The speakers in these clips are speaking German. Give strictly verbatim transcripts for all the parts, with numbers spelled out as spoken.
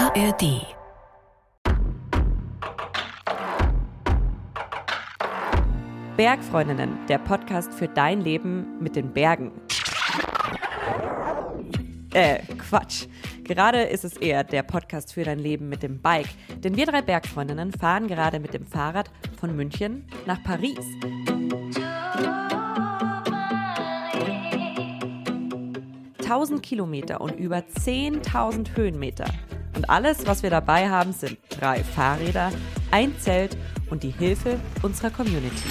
A R D. Bergfreundinnen, der Podcast für dein Leben mit den Bergen. Äh, Quatsch. Gerade ist es eher der Podcast für dein Leben mit dem Bike. Denn wir drei Bergfreundinnen fahren gerade mit dem Fahrrad von München nach Paris. tausend Kilometer und über zehntausend Höhenmeter. Und alles, was wir dabei haben, sind drei Fahrräder, ein Zelt und die Hilfe unserer Community.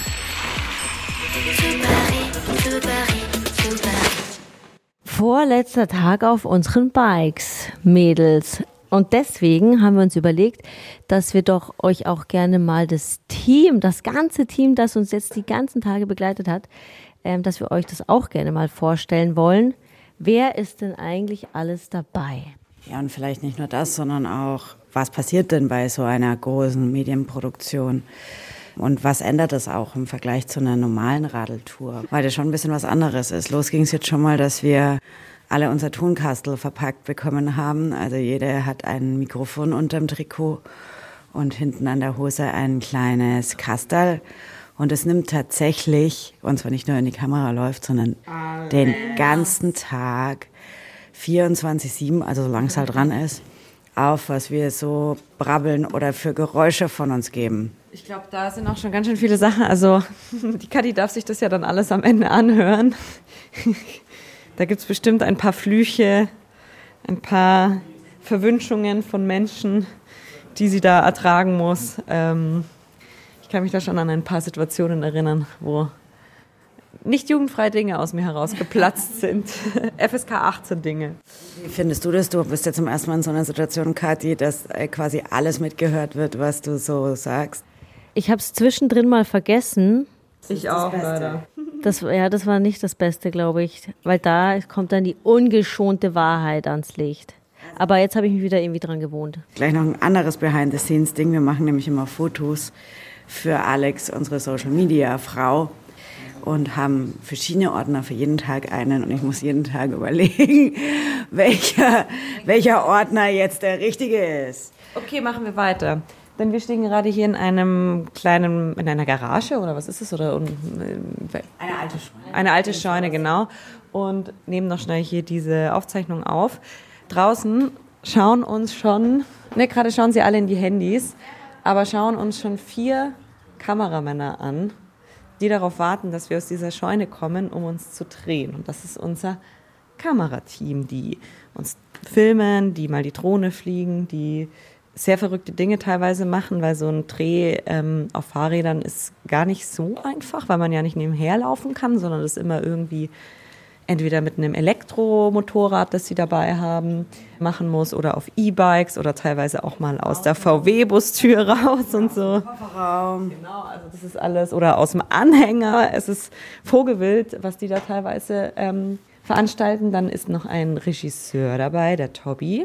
Vorletzter Tag auf unseren Bikes, Mädels. Und deswegen haben wir uns überlegt, dass wir doch euch auch gerne mal das Team, das ganze Team, das uns jetzt die ganzen Tage begleitet hat, ähm, dass wir euch das auch gerne mal vorstellen wollen. Wer ist denn eigentlich alles dabei? Ja, und vielleicht nicht nur das, sondern auch, was passiert denn bei so einer großen Medienproduktion? Und was ändert es auch im Vergleich zu einer normalen Radeltour? Weil das schon ein bisschen was anderes ist. Los ging es jetzt schon mal, dass wir alle unser Tonkastel verpackt bekommen haben. Also jeder hat ein Mikrofon unterm Trikot und hinten an der Hose ein kleines Kastel. Und es nimmt tatsächlich, und zwar nicht nur in die Kamera läuft, sondern den ganzen Tag vierundzwanzig sieben, also solange es halt dran ist, auf, was wir so brabbeln oder für Geräusche von uns geben. Ich glaube, da sind auch schon ganz schön viele Sachen. Also die Kathi darf sich das ja dann alles am Ende anhören. Da gibt es bestimmt ein paar Flüche, ein paar Verwünschungen von Menschen, die sie da ertragen muss. Ähm, ich kann mich da schon an ein paar Situationen erinnern, wo nicht jugendfreie Dinge aus mir herausgeplatzt sind. F S K achtzehn Dinge. Wie findest du das? Du bist ja zum ersten Mal in so einer Situation, Kathi, dass quasi alles mitgehört wird, was du so sagst. Ich habe es zwischendrin mal vergessen. Ich auch, leider. Das, ja, das war nicht das Beste, glaube ich. Weil da kommt dann die ungeschonte Wahrheit ans Licht. Aber jetzt habe ich mich wieder irgendwie dran gewohnt. Gleich noch ein anderes Behind-the-Scenes-Ding. Wir machen nämlich immer Fotos für Alex, unsere Social-Media-Frau. Und haben verschiedene Ordner für jeden Tag einen. Und ich muss jeden Tag überlegen, welcher, welcher Ordner jetzt der richtige ist. Okay, machen wir weiter. Denn wir stehen gerade hier in einem kleinen, in einer Garage oder was ist es? Oder, um, äh, eine alte Scheune. Eine alte Scheune, genau. Und nehmen noch schnell hier diese Aufzeichnung auf. Draußen schauen uns schon, ne, gerade schauen sie alle in die Handys, aber schauen uns schon vier Kameramänner an, die darauf warten, dass wir aus dieser Scheune kommen, um uns zu drehen. Und das ist unser Kamerateam, die uns filmen, die mal die Drohne fliegen, die sehr verrückte Dinge teilweise machen, weil so ein Dreh ähm, auf Fahrrädern ist gar nicht so einfach, weil man ja nicht nebenher laufen kann, sondern das immer irgendwie entweder mit einem Elektromotorrad, das sie dabei haben, machen muss oder auf E-Bikes oder teilweise auch mal aus der V W-Bustür raus und so. Kofferraum. Genau, also das ist alles. Oder aus dem Anhänger. Es ist vogelwild, was die da teilweise ähm, veranstalten. Dann ist noch ein Regisseur dabei, der Tobi,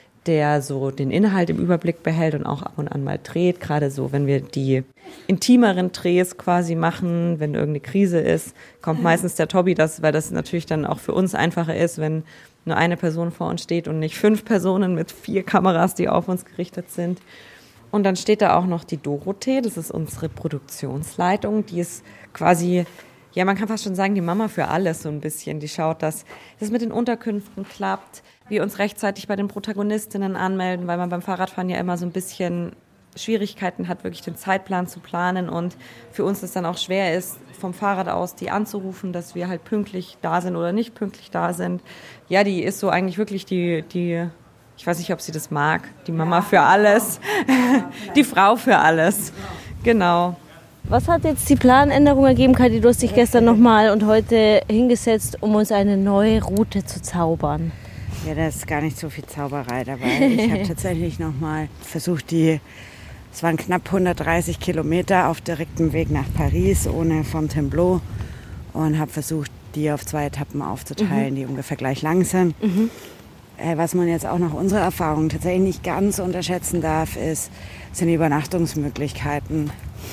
der so den Inhalt im Überblick behält und auch ab und an mal dreht. Gerade so, wenn wir die intimeren Drehs quasi machen, wenn irgendeine Krise ist, kommt meistens der Tobi, das, weil das natürlich dann auch für uns einfacher ist, wenn nur eine Person vor uns steht und nicht fünf Personen mit vier Kameras, die auf uns gerichtet sind. Und dann steht da auch noch die Dorothee, das ist unsere Produktionsleitung, die ist quasi, ja, man kann fast schon sagen, die Mama für alles so ein bisschen. Die schaut, dass das mit den Unterkünften klappt, wir uns rechtzeitig bei den Protagonistinnen anmelden, weil man beim Fahrradfahren ja immer so ein bisschen Schwierigkeiten hat, wirklich den Zeitplan zu planen und für uns es dann auch schwer ist, vom Fahrrad aus die anzurufen, dass wir halt pünktlich da sind oder nicht pünktlich da sind. Ja, die ist so eigentlich wirklich die, die ich weiß nicht, ob sie das mag, die Mama für alles, die Frau für alles, genau. Was hat jetzt die Planänderung ergeben, Kathi? Du hast dich gestern nochmal und heute hingesetzt, um uns eine neue Route zu zaubern. Ja, da ist gar nicht so viel Zauberei dabei. Ich habe tatsächlich nochmal versucht, die, es waren knapp hundertdreißig Kilometer auf direktem Weg nach Paris, ohne Fontainebleau. Und habe versucht, die auf zwei Etappen aufzuteilen, mhm. die ungefähr gleich lang sind. Mhm. Äh, was man jetzt auch nach unserer Erfahrung tatsächlich nicht ganz unterschätzen darf, ist, sind die Übernachtungsmöglichkeiten.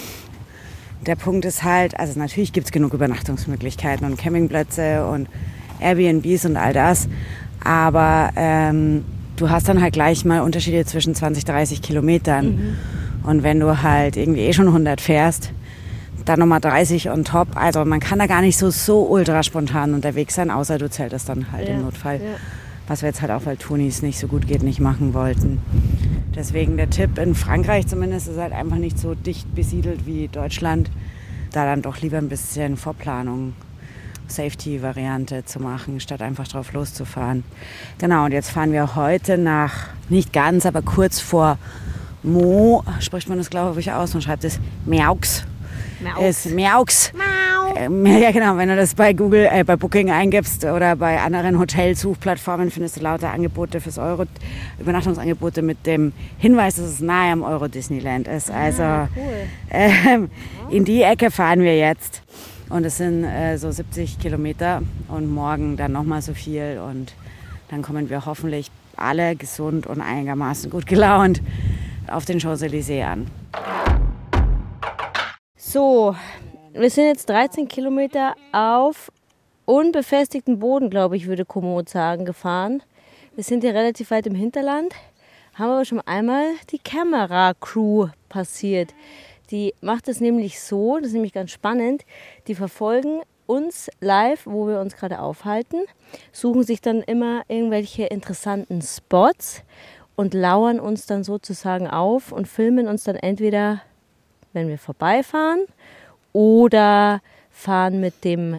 Der Punkt ist halt, also natürlich gibt es genug Übernachtungsmöglichkeiten und Campingplätze und Airbnbs und all das. Aber ähm, du hast dann halt gleich mal Unterschiede zwischen zwanzig, dreißig Kilometern. Mhm. Und wenn du halt irgendwie eh schon hundert fährst, dann nochmal dreißig on top. Also man kann da gar nicht so, so ultra spontan unterwegs sein, außer du zeltest dann halt ja, im Notfall. Ja. Was wir jetzt halt auch, weil Tonis nicht so gut geht, nicht machen wollten. Deswegen der Tipp, in Frankreich zumindest ist halt einfach nicht so dicht besiedelt wie Deutschland. Da dann doch lieber ein bisschen Vorplanung, Safety-Variante zu machen, statt einfach drauf loszufahren. Genau, und jetzt fahren wir heute nach, nicht ganz, aber kurz vor Mo, spricht man das glaube ich aus und schreibt es Meaux. Ist Meaux. Ähm, ja genau, wenn du das bei Google, äh, bei Booking eingibst oder bei anderen Hotelsuchplattformen, findest du lauter Angebote fürs Euro, Übernachtungsangebote mit dem Hinweis, dass es nahe am Euro Disneyland ist. Also ah, cool. ähm, in die Ecke fahren wir jetzt. Und es sind äh, so siebzig Kilometer und morgen dann nochmal so viel. Und dann kommen wir hoffentlich alle gesund und einigermaßen gut gelaunt auf den Champs-Élysées an. So, wir sind jetzt dreizehn Kilometer auf unbefestigten Boden, glaube ich, würde Komoot sagen, gefahren. Wir sind hier relativ weit im Hinterland, haben aber schon einmal die Kameracrew passiert. Die macht es nämlich so, das ist nämlich ganz spannend, die verfolgen uns live, wo wir uns gerade aufhalten, suchen sich dann immer irgendwelche interessanten Spots und lauern uns dann sozusagen auf und filmen uns dann entweder, wenn wir vorbeifahren, oder fahren mit dem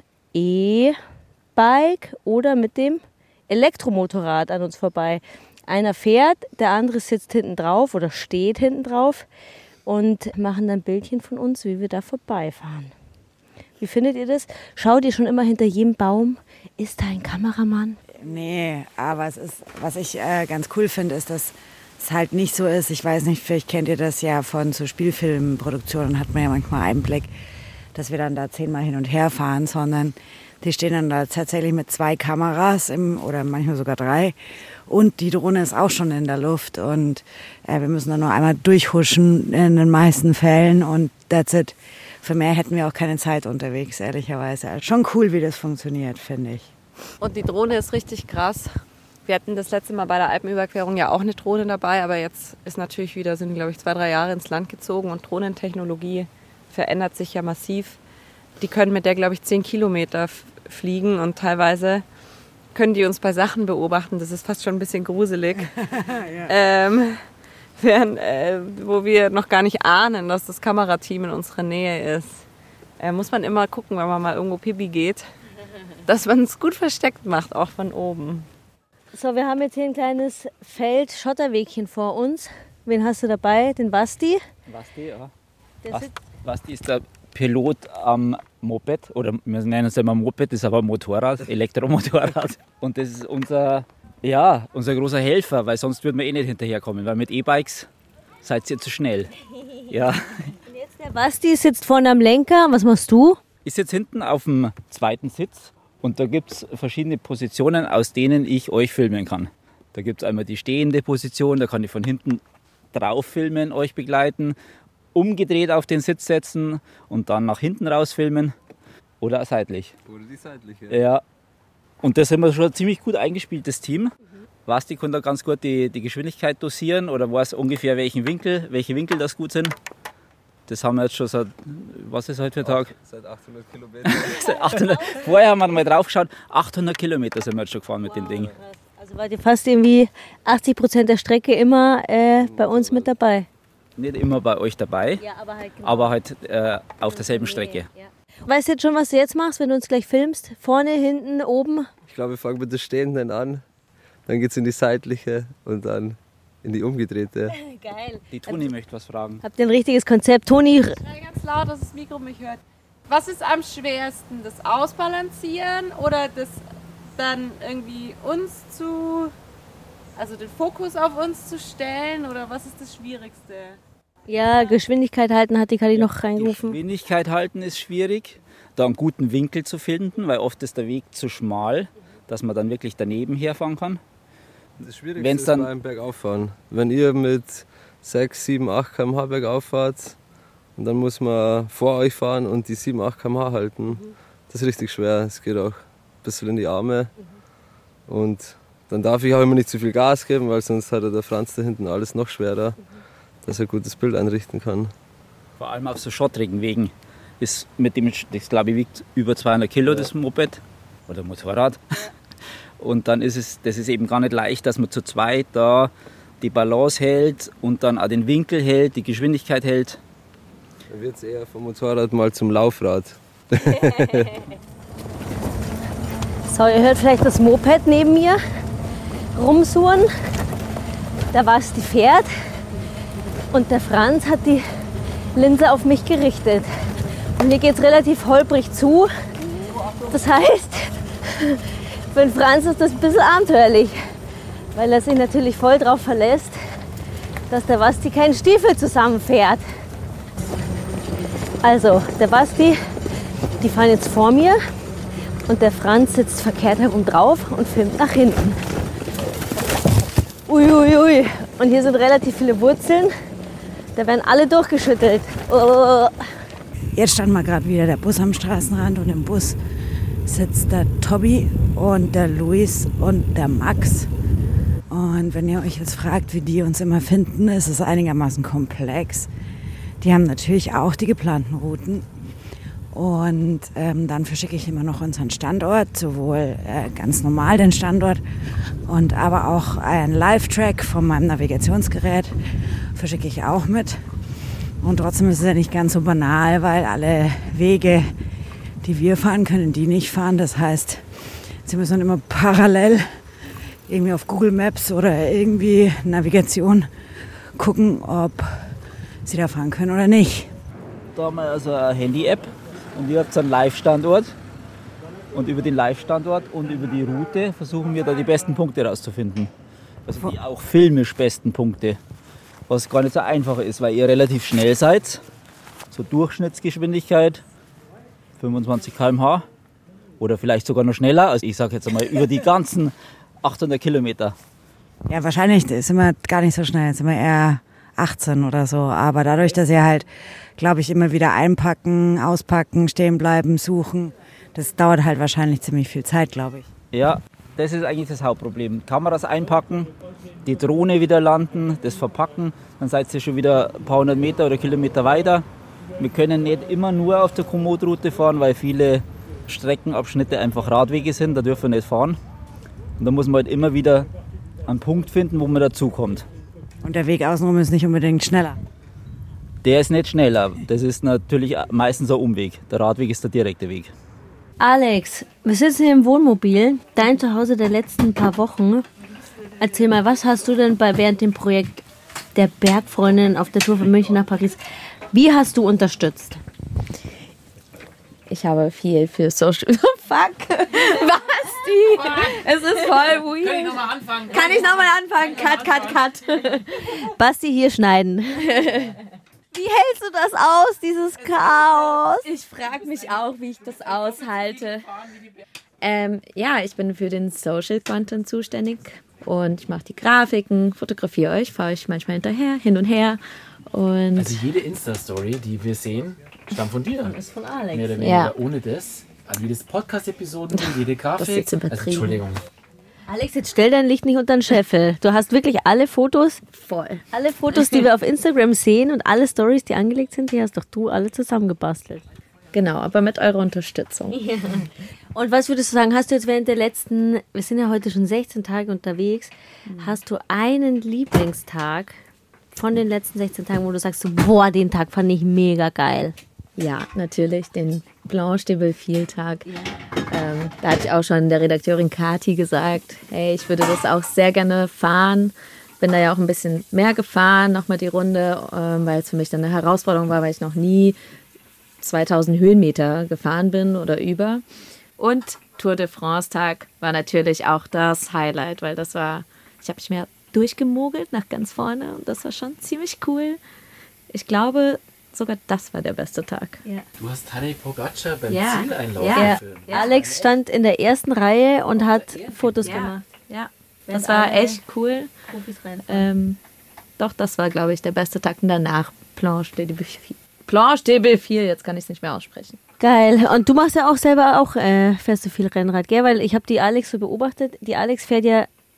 E-Bike oder mit dem Elektromotorrad an uns vorbei. Einer fährt, der andere sitzt hinten drauf oder steht hinten drauf und machen dann Bildchen von uns, wie wir da vorbeifahren. Wie findet ihr das? Schaut ihr schon immer hinter jedem Baum? Ist da ein Kameramann? Nee, aber es ist, was ich äh, ganz cool finde, ist, dass es halt nicht so ist. Ich weiß nicht, vielleicht kennt ihr das ja von so Spielfilmproduktionen, hat man ja manchmal Einblick, dass wir dann da zehnmal hin und her fahren, sondern die stehen dann da tatsächlich mit zwei Kameras im, oder manchmal sogar drei. Und die Drohne ist auch schon in der Luft. Und äh, wir müssen dann nur einmal durchhuschen in den meisten Fällen. Und that's it. Für mehr hätten wir auch keine Zeit unterwegs, ehrlicherweise. Also schon cool, wie das funktioniert, finde ich. Und die Drohne ist richtig krass. Wir hatten das letzte Mal bei der Alpenüberquerung ja auch eine Drohne dabei. Aber jetzt ist natürlich wieder, sind glaube ich zwei, drei Jahre ins Land gezogen. Und Drohnentechnologie verändert sich ja massiv. Die können mit der, glaube ich, zehn Kilometer f- fliegen und teilweise können die uns bei Sachen beobachten. Das ist fast schon ein bisschen gruselig. ja. ähm, während, äh, wo wir noch gar nicht ahnen, dass das Kamerateam in unserer Nähe ist. Äh, muss man immer gucken, wenn man mal irgendwo Pipi geht, dass man es gut versteckt macht, auch von oben. So, wir haben jetzt hier ein kleines Feld-Schotterwegchen vor uns. Wen hast du dabei? Den Basti? Basti, ja. Der Basti, Basti ist der Pilot am Moped, oder wir nennen es immer Moped, das ist aber ein Motorrad, Elektromotorrad. Und das ist unser, ja, unser großer Helfer, weil sonst würden wir eh nicht hinterherkommen, weil mit E-Bikes seid ihr zu schnell. Ja. Und jetzt der Basti sitzt vorne am Lenker. Was machst du? Ich sitze hinten auf dem zweiten Sitz und da gibt es verschiedene Positionen, aus denen ich euch filmen kann. Da gibt es einmal die stehende Position, da kann ich von hinten drauf filmen, euch begleiten, umgedreht auf den Sitz setzen und dann nach hinten raus filmen oder seitlich. Oder die seitliche. Ja. Und das haben wir schon ein ziemlich gut eingespieltes Team. Mhm. Basti kann da ganz gut die, die Geschwindigkeit dosieren oder weiß ungefähr welchen Winkel, welche Winkel das gut sind. Das haben wir jetzt schon seit, was ist heute für ein Tag? Seit achthundert Kilometern. Seit achthundert, vorher haben wir mal drauf geschaut, achthundert Kilometer sind wir jetzt schon gefahren mit wow, dem Ding. Also wart ihr fast irgendwie achtzig Prozent der Strecke immer äh, bei uns mit dabei? Nicht immer bei euch dabei, ja, aber halt, genau. aber halt äh, auf derselben Strecke. Ja. Weißt du jetzt schon, was du jetzt machst, wenn du uns gleich filmst? Vorne, hinten, oben? Ich glaube, wir fangen mit der Stehenden an, dann geht es in die seitliche und dann in die umgedrehte. Geil. Die Toni möchte was fragen. Habt ihr ein richtiges Konzept? Toni? Ich schreie ganz laut, dass das Mikro mich hört. Was ist am schwersten? Das Ausbalancieren oder das dann irgendwie uns zu, also den Fokus auf uns zu stellen, oder was ist das Schwierigste? Ja, Geschwindigkeit halten hat die Kali noch reingerufen. Geschwindigkeit halten ist schwierig, da einen guten Winkel zu finden, weil oft ist der Weg zu schmal, dass man dann wirklich daneben herfahren kann. Das Schwierigste Wenn's ist dann beim Bergauffahren. Wenn ihr mit sechs, sieben, acht Kilometer pro Stunde bergauf fahrt und dann muss man vor euch fahren und die sieben, acht Kilometer pro Stunde halten, das ist richtig schwer. Es geht auch ein bisschen in die Arme und Dann darf ich auch immer nicht zu viel Gas geben, weil sonst hat der Franz da hinten alles noch schwerer, dass er ein gutes Bild einrichten kann. Vor allem auf so schottrigen Wegen. Ist mit dem, das glaube ich wiegt über zweihundert Kilo, ja. Das Moped oder Motorrad. Ja. Und dann ist es, das ist eben gar nicht leicht, dass man zu zweit da die Balance hält und dann auch den Winkel hält, die Geschwindigkeit hält. Dann wird es eher vom Motorrad mal zum Laufrad. So, ihr hört vielleicht das Moped neben mir rumsuren. Da war es die Pferd und der Franz hat die Linse auf mich gerichtet. Und hier geht es relativ holprig zu. Das heißt, für den Franz ist das ein bisschen abenteuerlich, weil er sich natürlich voll darauf verlässt, dass der Basti keinen Stiefel zusammenfährt. Also, der Basti, die fahren jetzt vor mir und der Franz sitzt verkehrt herum drauf und filmt nach hinten. Uiuiui. Ui, ui. Und hier sind relativ viele Wurzeln. Da werden alle durchgeschüttelt. Oh. Jetzt stand mal gerade wieder der Bus am Straßenrand und im Bus sitzt der Tobi und der Luis und der Max. Und wenn ihr euch jetzt fragt, wie die uns immer finden, ist es einigermaßen komplex. Die haben natürlich auch die geplanten Routen. Und ähm, dann verschicke ich immer noch unseren Standort, sowohl äh, ganz normal den Standort und aber auch einen Live-Track von meinem Navigationsgerät verschicke ich auch mit. Und trotzdem ist es ja nicht ganz so banal, weil alle Wege, die wir fahren, können die nicht fahren. Das heißt, sie müssen dann immer parallel irgendwie auf Google Maps oder irgendwie Navigation gucken, ob sie da fahren können oder nicht. Da haben wir also eine Handy-App und ihr habt einen Live-Standort. Und über den Live-Standort und über die Route versuchen wir da die besten Punkte rauszufinden. Also die auch filmisch besten Punkte. Was gar nicht so einfach ist, weil ihr relativ schnell seid. So Durchschnittsgeschwindigkeit fünfundzwanzig Kilometer pro Stunde oder vielleicht sogar noch schneller. Also ich sage jetzt einmal über die ganzen achthundert Kilometer. Ja, wahrscheinlich sind wir gar nicht so schnell, sind wir eher achtzehn oder so. Aber dadurch, dass ihr halt, glaube ich, immer wieder einpacken, auspacken, stehen bleiben, suchen, das dauert halt wahrscheinlich ziemlich viel Zeit, glaube ich. Ja, das ist eigentlich das Hauptproblem. Kameras einpacken, die Drohne wieder landen, das verpacken, dann seid ihr schon wieder ein paar hundert Meter oder Kilometer weiter. Wir können nicht immer nur auf der Komoot-Route fahren, weil viele Streckenabschnitte einfach Radwege sind, da dürfen wir nicht fahren. Und da muss man halt immer wieder einen Punkt finden, wo man dazukommt. Und der Weg außenrum ist nicht unbedingt schneller? Der ist nicht schneller, das ist natürlich meistens ein Umweg. Der Radweg ist der direkte Weg. Alex, wir sitzen hier im Wohnmobil, dein Zuhause der letzten paar Wochen. Erzähl mal, was hast du denn bei während dem Projekt der Bergfreundin auf der Tour von München nach Paris, wie hast du unterstützt? Ich habe viel für Social... Fuck! Basti! Es ist voll weird. Kann ich nochmal anfangen? Kann ich nochmal anfangen? Cut, cut, cut. Basti, hier schneiden. Wie hältst du das aus, dieses Chaos? Ich frage mich auch, wie ich das aushalte. Ähm, ja, ich bin für den Social Content zuständig und ich mache die Grafiken, fotografiere euch, fahre euch manchmal hinterher, hin und her. Und also jede Insta-Story, die wir sehen, stammt von dir. Ist von Alex. Mehr oder weniger. Ja. Ohne das, an jedes Podcast-Episoden, jede Grafik. Das ist jetzt übertrieben. Also, Entschuldigung. Alex, jetzt stell dein Licht nicht unter den Scheffel. Du hast wirklich alle Fotos, voll. Alle Fotos, die wir auf Instagram sehen und alle Stories, die angelegt sind, die hast doch du alle zusammengebastelt. Genau, aber mit eurer Unterstützung. Ja. Und was würdest du sagen, hast du jetzt während der letzten, wir sind ja heute schon sechzehn Tage unterwegs, mhm. hast du einen Lieblingstag von den letzten sechzehn Tagen, wo du sagst, so, boah, den Tag fand ich mega geil? Ja, natürlich, den Blanche de Belleville-Tag. Ja. Ähm, da hatte ich auch schon der Redakteurin Kati gesagt, hey, ich würde das auch sehr gerne fahren. Bin da ja auch ein bisschen mehr gefahren, nochmal die Runde, ähm, weil es für mich dann eine Herausforderung war, weil ich noch nie zweitausend Höhenmeter gefahren bin oder über. Und Tour de France-Tag war natürlich auch das Highlight, weil das war, ich habe mich mehr durchgemogelt nach ganz vorne und das war schon ziemlich cool. Ich glaube, sogar das war der beste Tag. Ja. Du hast Tadej Pogacar beim ja. Zieleinlauf ja. gefilmt. Ja. Alex stand in der ersten Reihe und hat Fotos ja. gemacht. Ja, das war echt cool. Ähm, doch, das war, glaube ich, der beste Tag. Und danach Planche de Belleville. Planche de Belleville, jetzt kann ich es nicht mehr aussprechen. Geil. Und du machst ja auch selber auch, äh, fährst du viel Rennrad, gell? Weil ich habe die Alex so beobachtet. Die Alex fährt ja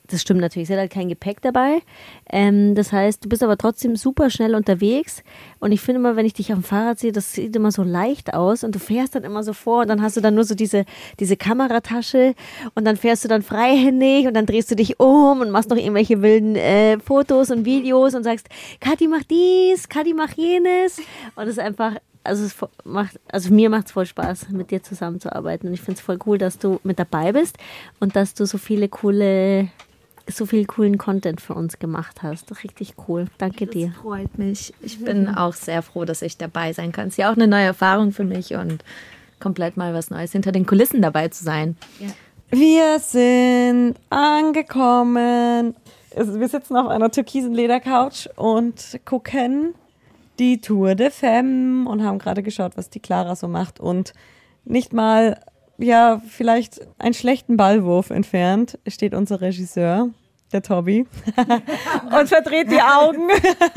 Das stimmt natürlich, sie hat halt kein Gepäck dabei. Ähm, das heißt, du bist aber trotzdem super schnell unterwegs. Und ich finde immer, wenn ich dich auf dem Fahrrad sehe, das sieht immer so leicht aus. Und du fährst dann immer so vor und dann hast du dann nur so diese, diese Kameratasche und dann fährst du dann freihändig und dann drehst du dich um und machst noch irgendwelche wilden äh, Fotos und Videos und sagst, Kathi, mach dies, Kathi, mach jenes. Und es ist einfach... Also, es macht, also mir macht es voll Spaß, mit dir zusammenzuarbeiten. Und ich finde es voll cool, dass du mit dabei bist und dass du so viele coole, so viel coolen Content für uns gemacht hast. Richtig cool. Danke dir. Das freut mich. Ich bin auch sehr froh, dass ich dabei sein kann. Es ist ja auch eine neue Erfahrung für mich und komplett mal was Neues hinter den Kulissen dabei zu sein. Ja. Wir sind angekommen. Wir sitzen auf einer türkisen Ledercouch und gucken die Tour de Femme und haben gerade geschaut, was die Clara so macht und nicht mal, ja, vielleicht einen schlechten Ballwurf entfernt steht unser Regisseur, der Tobi, und verdreht die Augen.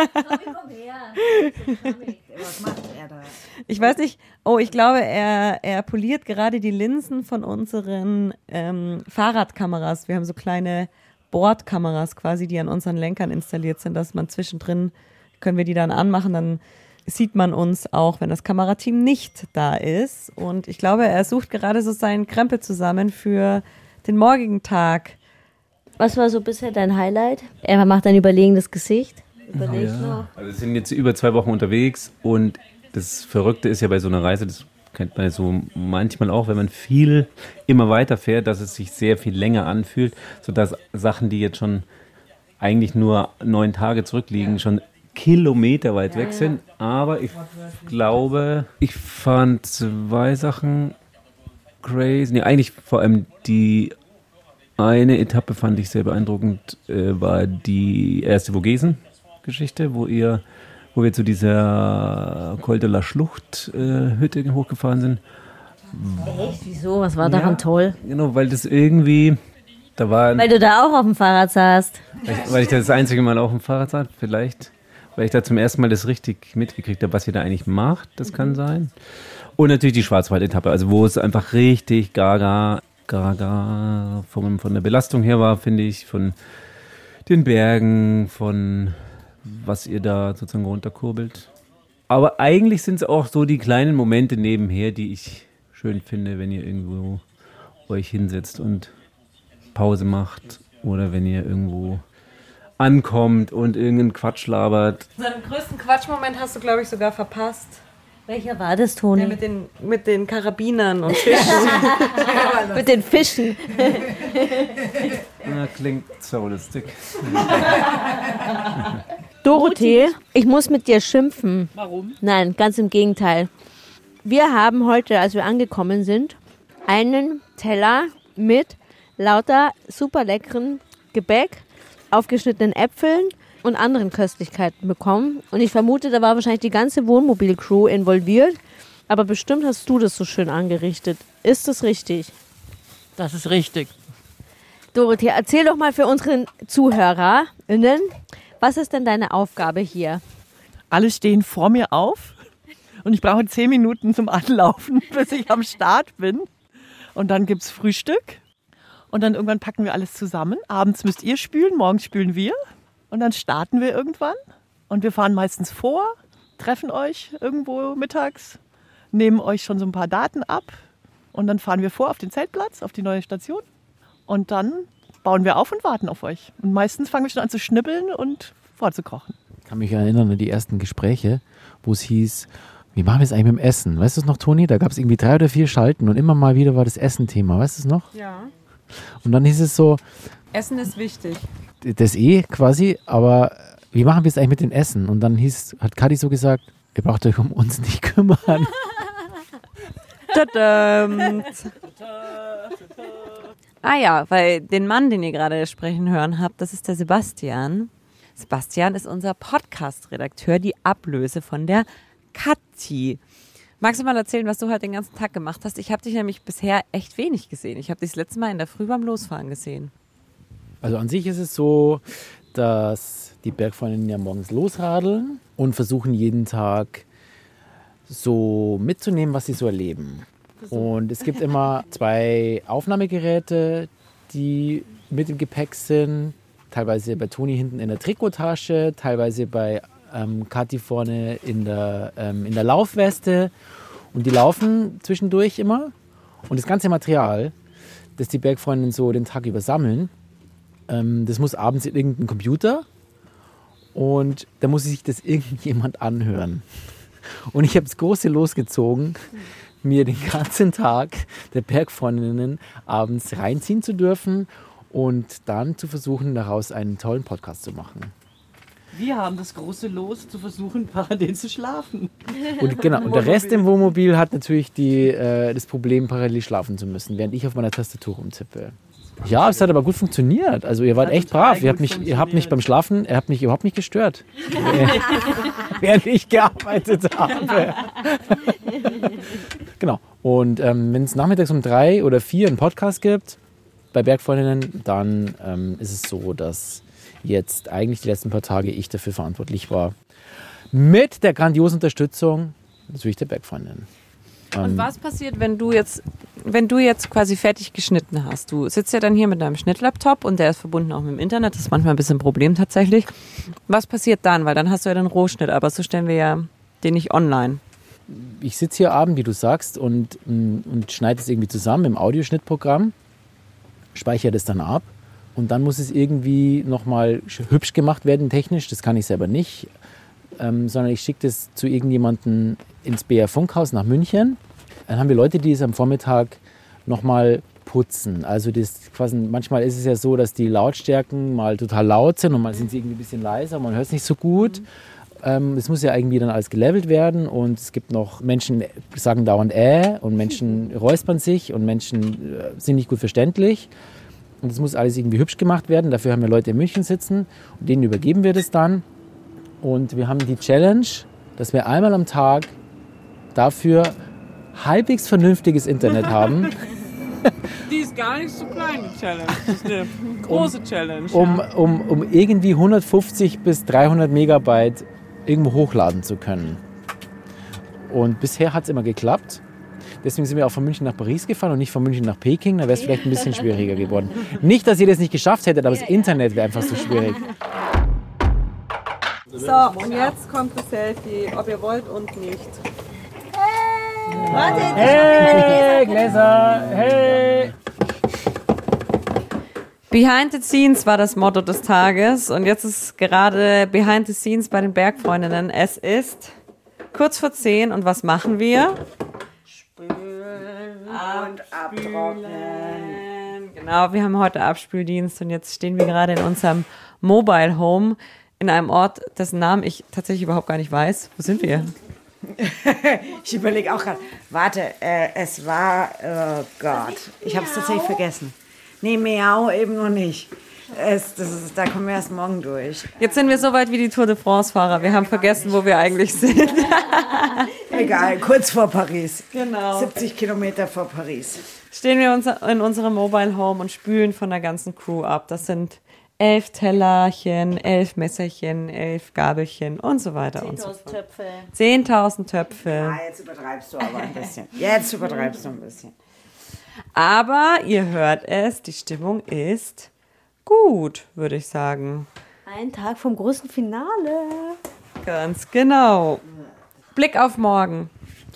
Was macht er da? Ich weiß nicht, oh, ich glaube, er, er poliert gerade die Linsen von unseren ähm, Fahrradkameras. Wir haben so kleine Bordkameras quasi, die an unseren Lenkern installiert sind, dass man zwischendrin können wir die dann anmachen, dann sieht man uns auch, wenn das Kamerateam nicht da ist. Und ich glaube, er sucht gerade so seinen Krempel zusammen für den morgigen Tag. Was war so bisher dein Highlight? Er macht ein überlegenes Gesicht. Überleg ja. noch. Also wir sind jetzt über zwei Wochen unterwegs und das Verrückte ist ja bei so einer Reise, das kennt man ja so manchmal auch, wenn man viel immer weiter fährt, dass es sich sehr viel länger anfühlt, sodass Sachen, die jetzt schon eigentlich nur neun Tage zurückliegen, ja. schon Kilometer weit ja, weg sind, ja. aber ich glaube, ich fand zwei Sachen crazy. Nee, eigentlich vor allem die eine Etappe fand ich sehr beeindruckend, äh, war die erste Vogesen-Geschichte, wo ihr, wo wir zu dieser Col de la Schlucht äh, Hütte hochgefahren sind. Echt? Wieso? Was war daran ja, toll? Genau, weil das irgendwie, da war... Weil du da auch auf dem Fahrrad saßt. Weil ich, weil ich das einzige Mal auf dem Fahrrad saß, vielleicht... Weil ich da zum ersten Mal das richtig mitgekriegt habe, was ihr da eigentlich macht. Das kann sein. Und natürlich die Schwarzwald-Etappe, also wo es einfach richtig gaga, gaga von, von der Belastung her war, finde ich, von den Bergen, von was ihr da sozusagen runterkurbelt. Aber eigentlich sind es auch so die kleinen Momente nebenher, die ich schön finde, wenn ihr irgendwo euch hinsetzt und Pause macht oder wenn ihr irgendwo ankommt und irgendeinen Quatsch labert. Seinen größten Quatschmoment hast du, glaube ich, sogar verpasst. Welcher war das, Toni? Der mit den, mit den Karabinern und Fischen. Mit den Fischen. Na, klingt so lustig. Dorothee, ich muss mit dir schimpfen. Warum? Nein, ganz im Gegenteil. Wir haben heute, als wir angekommen sind, einen Teller mit lauter super leckeren Gebäck, aufgeschnittenen Äpfeln und anderen Köstlichkeiten bekommen. Und ich vermute, da war wahrscheinlich die ganze Wohnmobil-Crew involviert. Aber bestimmt hast du das so schön angerichtet. Ist das richtig? Das ist richtig. Dorothee, erzähl doch mal für unsere ZuhörerInnen, was ist denn deine Aufgabe hier? Alle stehen vor mir auf und ich brauche zehn Minuten zum Anlaufen, bis ich am Start bin. Und dann gibt es Frühstück. Und dann irgendwann packen wir alles zusammen. Abends müsst ihr spülen, morgens spülen wir. Und dann starten wir irgendwann. Und wir fahren meistens vor, treffen euch irgendwo mittags, nehmen euch schon so ein paar Daten ab. Und dann fahren wir vor auf den Zeltplatz, auf die neue Station. Und dann bauen wir auf und warten auf euch. Und meistens fangen wir schon an zu schnibbeln und vorzukochen. Ich kann mich erinnern an die ersten Gespräche, wo es hieß, wie machen wir es eigentlich mit dem Essen? Weißt du es noch, Toni? Da gab es irgendwie drei oder vier Schalten und immer mal wieder war das Essen-Thema. Weißt du es noch? Ja. Und dann hieß es so... Essen ist wichtig. Das eh quasi, aber wie machen wir es eigentlich mit dem Essen? Und dann hieß, hat Kathi so gesagt, ihr braucht euch um uns nicht kümmern. Ah ja, weil den Mann, den ihr gerade sprechen hören habt, das ist der Sebastian. Sebastian ist unser Podcast-Redakteur, die Ablöse von der Kathi. Magst du mal erzählen, was du heute den ganzen Tag gemacht hast? Ich habe dich nämlich bisher echt wenig gesehen. Ich habe dich das letzte Mal in der Früh beim Losfahren gesehen. Also an sich ist es so, dass die Bergfreundinnen ja morgens losradeln und versuchen jeden Tag so mitzunehmen, was sie so erleben. Und es gibt immer zwei Aufnahmegeräte, die mit im Gepäck sind. Teilweise bei Toni hinten in der Trikottasche, teilweise bei ähm, Kathi vorne in der, ähm, in der Laufweste. Und die laufen zwischendurch immer. Und das ganze Material, das die Bergfreundinnen so den Tag über sammeln, ähm, das muss abends in irgendeinem Computer. Und da muss sich das irgendjemand anhören. Und ich habe das große losgezogen, mir den ganzen Tag der Bergfreundinnen abends reinziehen zu dürfen und dann zu versuchen, daraus einen tollen Podcast zu machen. Wir haben das große Los, zu versuchen, parallel zu schlafen. Und, genau, und der Rest im Wohnmobil hat natürlich die, äh, das Problem, parallel schlafen zu müssen, während ich auf meiner Tastatur rumtippe. Ja, es hat aber gut funktioniert. Also ihr wart echt brav. Ihr habt, mich, ihr habt mich beim Schlafen, ihr habt mich überhaupt nicht gestört. Während ich gearbeitet habe. Genau. Und ähm, wenn es nachmittags um drei oder vier einen Podcast gibt, bei Bergfreundinnen, dann ähm, ist es so, dass jetzt eigentlich die letzten paar Tage ich dafür verantwortlich war. Mit der grandiosen Unterstützung natürlich der Bergfreundinnen. Und was passiert, wenn du jetzt, wenn du jetzt quasi fertig geschnitten hast? Du sitzt ja dann hier mit deinem Schnittlaptop und der ist verbunden auch mit dem Internet. Das ist manchmal ein bisschen ein Problem tatsächlich. Was passiert dann? Weil dann hast du ja den Rohschnitt, aber so stellen wir ja den nicht online. Ich sitze hier abends, wie du sagst, und, und schneide es irgendwie zusammen im Audioschnittprogramm, speichere das dann ab und dann muss es irgendwie nochmal hübsch gemacht werden technisch. Das kann ich selber nicht. Ähm, sondern ich schicke das zu irgendjemandem ins B R Funkhaus nach München. Dann haben wir Leute, die es am Vormittag nochmal putzen. Also das quasi, manchmal ist es ja so, dass die Lautstärken mal total laut sind und mal sind sie irgendwie ein bisschen leiser, man hört es nicht so gut. Ähm, es muss ja irgendwie dann alles gelevelt werden und es gibt noch Menschen, die sagen dauernd äh und Menschen räuspern sich und Menschen äh, sind nicht gut verständlich. Und das muss alles irgendwie hübsch gemacht werden. Dafür haben wir Leute in München sitzen und denen übergeben wir das dann. Und wir haben die Challenge, dass wir einmal am Tag dafür halbwegs vernünftiges Internet haben. Die ist gar nicht so klein, die Challenge. Das ist eine große um, Challenge. Um, ja. um, um irgendwie hundertfünfzig bis dreihundert Megabyte irgendwo hochladen zu können. Und bisher hat es immer geklappt. Deswegen sind wir auch von München nach Paris gefahren und nicht von München nach Peking. Da wäre es vielleicht ein bisschen schwieriger geworden. Nicht, dass ihr das nicht geschafft hättet, aber das Internet wäre einfach so schwierig. So, und jetzt kommt das Selfie, ob ihr wollt und nicht. Hey! Hey, Gläser! Hey! Behind the Scenes war das Motto des Tages und jetzt ist gerade Behind the Scenes bei den Bergfreundinnen. Es ist kurz vor zehn und was machen wir? Spülen und abtrocknen. Genau, wir haben heute Abspüldienst und jetzt stehen wir gerade in unserem Mobile Home in einem Ort, dessen Namen ich tatsächlich überhaupt gar nicht weiß. Wo sind wir? Ich überlege auch gerade. Warte, äh, es war, oh Gott, ich habe es tatsächlich vergessen. Nee, Miau eben noch nicht. Es, das ist, da kommen wir erst morgen durch. Jetzt sind wir so weit wie die Tour de France-Fahrer. Wir haben vergessen, wo wir eigentlich sind. Egal, kurz vor Paris. Genau. siebzig Kilometer vor Paris. Stehen wir uns in unserem Mobile Home und spülen von der ganzen Crew ab. Das sind elf Tellerchen, elf Messerchen, elf Gabelchen und so weiter und so fort. Töpfe. zehntausend Töpfe. Ja, jetzt übertreibst du aber ein bisschen. Jetzt übertreibst du ein bisschen. Aber ihr hört es, die Stimmung ist gut, würde ich sagen. Ein Tag vom großen Finale. Ganz genau. Blick auf morgen.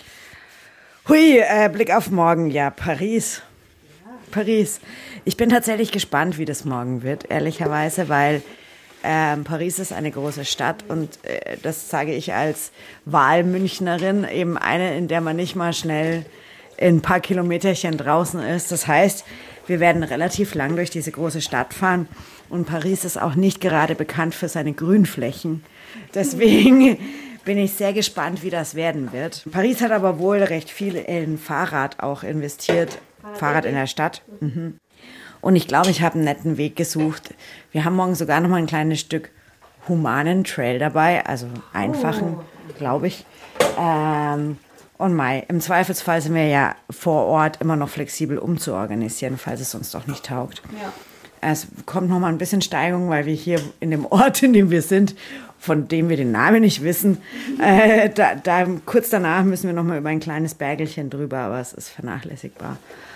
Hui, äh, Blick auf morgen, ja, Paris. Paris. Ich bin tatsächlich gespannt, wie das morgen wird, ehrlicherweise, weil ähm, Paris ist eine große Stadt und äh, das sage ich als Wahlmünchnerin, eben eine, in der man nicht mal schnell ein paar Kilometerchen draußen ist. Das heißt, wir werden relativ lang durch diese große Stadt fahren und Paris ist auch nicht gerade bekannt für seine Grünflächen. Deswegen bin ich sehr gespannt, wie das werden wird. Paris hat aber wohl recht viel in Fahrrad auch investiert. Fahrrad in der Stadt. Mhm. Und ich glaube, ich habe einen netten Weg gesucht. Wir haben morgen sogar noch mal ein kleines Stück humanen Trail dabei, also einfachen, oh. glaube ich. Ähm, und Mai, im Zweifelsfall sind wir ja vor Ort immer noch flexibel umzuorganisieren, falls es uns doch nicht taugt. Ja. Es kommt noch mal ein bisschen Steigung, weil wir hier in dem Ort, in dem wir sind, von dem wir den Namen nicht wissen, äh, da, da, kurz danach müssen wir noch mal über ein kleines Bergelchen drüber, aber es ist vernachlässigbar.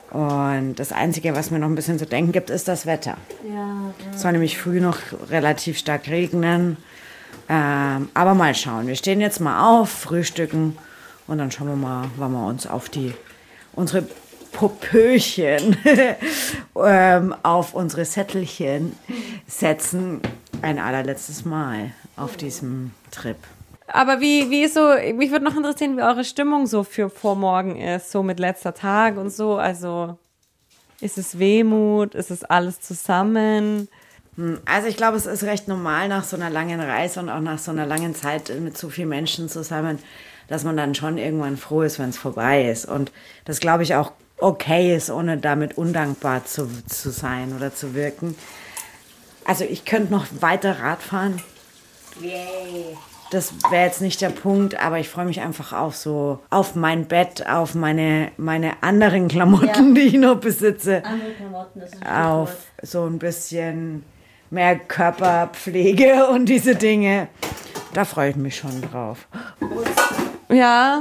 Und das Einzige, was mir noch ein bisschen zu denken gibt, ist das Wetter. Ja, Es soll nämlich früh noch relativ stark regnen. Ähm, aber mal schauen. Wir stehen jetzt mal auf, frühstücken und dann schauen wir mal, wann wir uns auf die unsere Popöchen ähm, auf unsere Sättelchen setzen. Ein allerletztes Mal auf diesem Trip. Aber wie, wie ist so, mich würde noch interessieren, wie eure Stimmung so für vormorgen ist, so mit letzter Tag und so. Also ist es Wehmut, ist es alles zusammen? Also ich glaube, es ist recht normal nach so einer langen Reise und auch nach so einer langen Zeit mit so vielen Menschen zusammen, dass man dann schon irgendwann froh ist, wenn es vorbei ist. Und das glaube ich auch okay ist, ohne damit undankbar zu, zu sein oder zu wirken. Also ich könnte noch weiter Rad fahren. Yay. Das wäre jetzt nicht der Punkt, aber ich freue mich einfach auf so, auf mein Bett, auf meine, meine anderen Klamotten, ja. die ich noch besitze. Andere Klamotten, das ist ein auf so ein bisschen mehr Körperpflege und diese Dinge. Da freue ich mich schon drauf. Ja.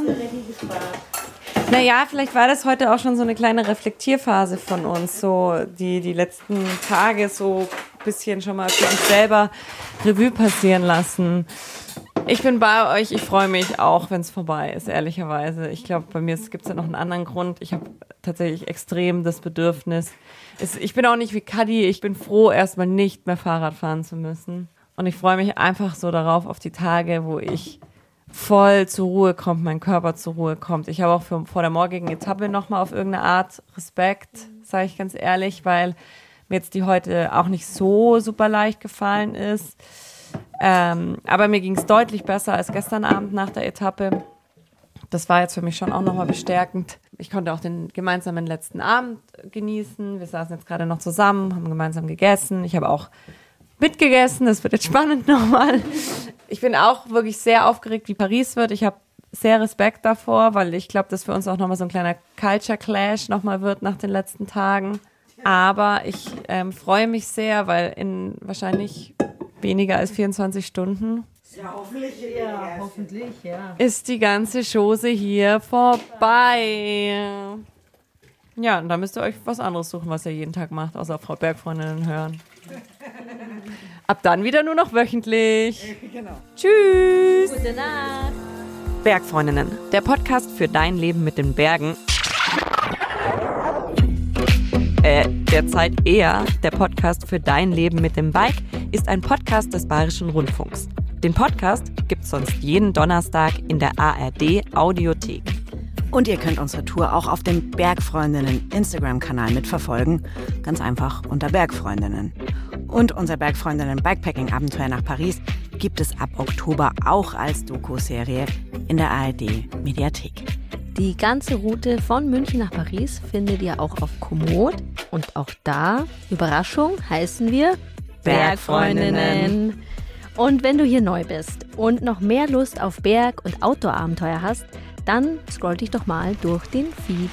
Naja, vielleicht war das heute auch schon so eine kleine Reflektierphase von uns, so die, die letzten Tage so ein bisschen schon mal für sich selber Revue passieren lassen. Ich bin bei euch, ich freue mich auch, wenn es vorbei ist, ehrlicherweise. Ich glaube, bei mir gibt es ja noch einen anderen Grund. Ich habe tatsächlich extrem das Bedürfnis. Es, ich bin auch nicht wie Kadi, ich bin froh, erstmal nicht mehr Fahrrad fahren zu müssen. Und ich freue mich einfach so darauf, auf die Tage, wo ich voll zur Ruhe kommt, mein Körper zur Ruhe kommt. Ich habe auch für, vor der morgigen Etappe nochmal auf irgendeine Art Respekt, sage ich ganz ehrlich, weil mir jetzt die heute auch nicht so super leicht gefallen ist. Ähm, aber mir ging es deutlich besser als gestern Abend nach der Etappe. Das war jetzt für mich schon auch nochmal bestärkend. Ich konnte auch den gemeinsamen letzten Abend genießen. Wir saßen jetzt gerade noch zusammen, haben gemeinsam gegessen. Ich habe auch mitgegessen. Das wird jetzt spannend nochmal. Ich bin auch wirklich sehr aufgeregt, wie Paris wird. Ich habe sehr Respekt davor, weil ich glaube, dass für uns auch nochmal so ein kleiner Culture Clash nochmal wird nach den letzten Tagen. Aber ich ähm, freue mich sehr, weil in wahrscheinlich weniger als vierundzwanzig Stunden ja, hoffentlich, ja, hoffentlich, ja. ist die ganze Chose hier vorbei. Ja, und da müsst ihr euch was anderes suchen, was ihr jeden Tag macht, außer Frau Bergfreundinnen hören. Ab dann wieder nur noch wöchentlich. Genau. Tschüss. Gute Nacht. Bergfreundinnen, der Podcast für dein Leben mit den Bergen. Äh, derzeit eher der Podcast für dein Leben mit dem Bike ist ein Podcast des Bayerischen Rundfunks. Den Podcast gibt's sonst jeden Donnerstag in der A R D Audiothek. Und ihr könnt unsere Tour auch auf dem Bergfreundinnen Instagram-Kanal mitverfolgen. Ganz einfach unter Bergfreundinnen. Und unser Bergfreundinnen Bikepacking-Abenteuer nach Paris gibt es ab Oktober auch als Doku-Serie in der A R D Mediathek. Die ganze Route von München nach Paris findet ihr auch auf Komoot. Und auch da, Überraschung, heißen wir Bergfreundinnen. Und wenn du hier neu bist und noch mehr Lust auf Berg- und Outdoor-Abenteuer hast, dann scroll dich doch mal durch den Feed.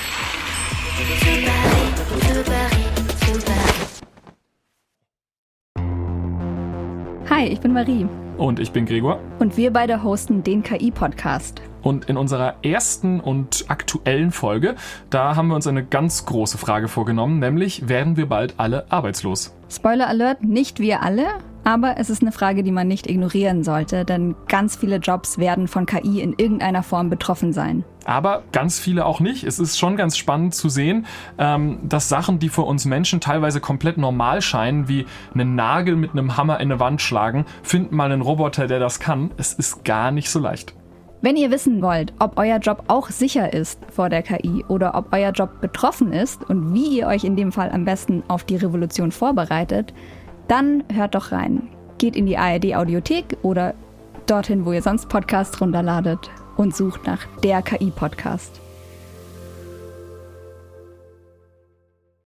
Hi, ich bin Marie. Und ich bin Gregor. Und wir beide hosten den K I-Podcast. Und in unserer ersten und aktuellen Folge, da haben wir uns eine ganz große Frage vorgenommen, nämlich, werden wir bald alle arbeitslos? Spoiler Alert, nicht wir alle, aber es ist eine Frage, die man nicht ignorieren sollte, denn ganz viele Jobs werden von K I in irgendeiner Form betroffen sein. Aber ganz viele auch nicht. Es ist schon ganz spannend zu sehen, ähm, dass Sachen, die für uns Menschen teilweise komplett normal scheinen, wie einen Nagel mit einem Hammer in eine Wand schlagen, finden mal einen Roboter, der das kann. Es ist gar nicht so leicht. Wenn ihr wissen wollt, ob euer Job auch sicher ist vor der K I oder ob euer Job betroffen ist und wie ihr euch in dem Fall am besten auf die Revolution vorbereitet, dann hört doch rein. Geht in die A R D Audiothek oder dorthin, wo ihr sonst Podcasts runterladet und sucht nach der K I-Podcast.